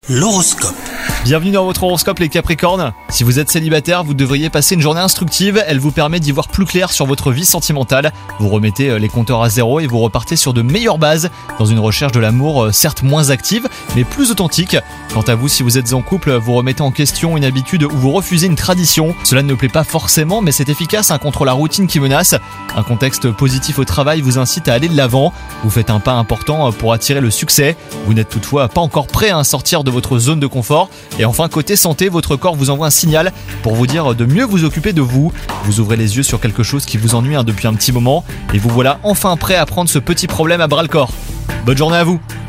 L'horoscope. Bienvenue dans votre horoscope les Capricornes. Si vous êtes célibataire, vous devriez passer une journée instructive. Elle vous permet d'y voir plus clair sur votre vie sentimentale. Vous remettez les compteurs à zéro et vous repartez sur de meilleures bases dans une recherche de l'amour certes moins active, mais plus authentique. Quant à vous, si vous êtes en couple, vous remettez en question une habitude ou vous refusez une tradition. Cela ne plaît pas forcément, mais c'est efficace contre la routine qui menace. Un contexte positif au travail vous incite à aller de l'avant. Vous faites un pas important pour attirer le succès. Vous n'êtes toutefois pas encore prêt à sortir de votre zone de confort. Et enfin, côté santé, votre corps vous envoie un signal pour vous dire de mieux vous occuper de vous. Vous ouvrez les yeux sur quelque chose qui vous ennuie depuis un petit moment et vous voilà enfin prêt à prendre ce petit problème à bras le corps. Bonne journée à vous.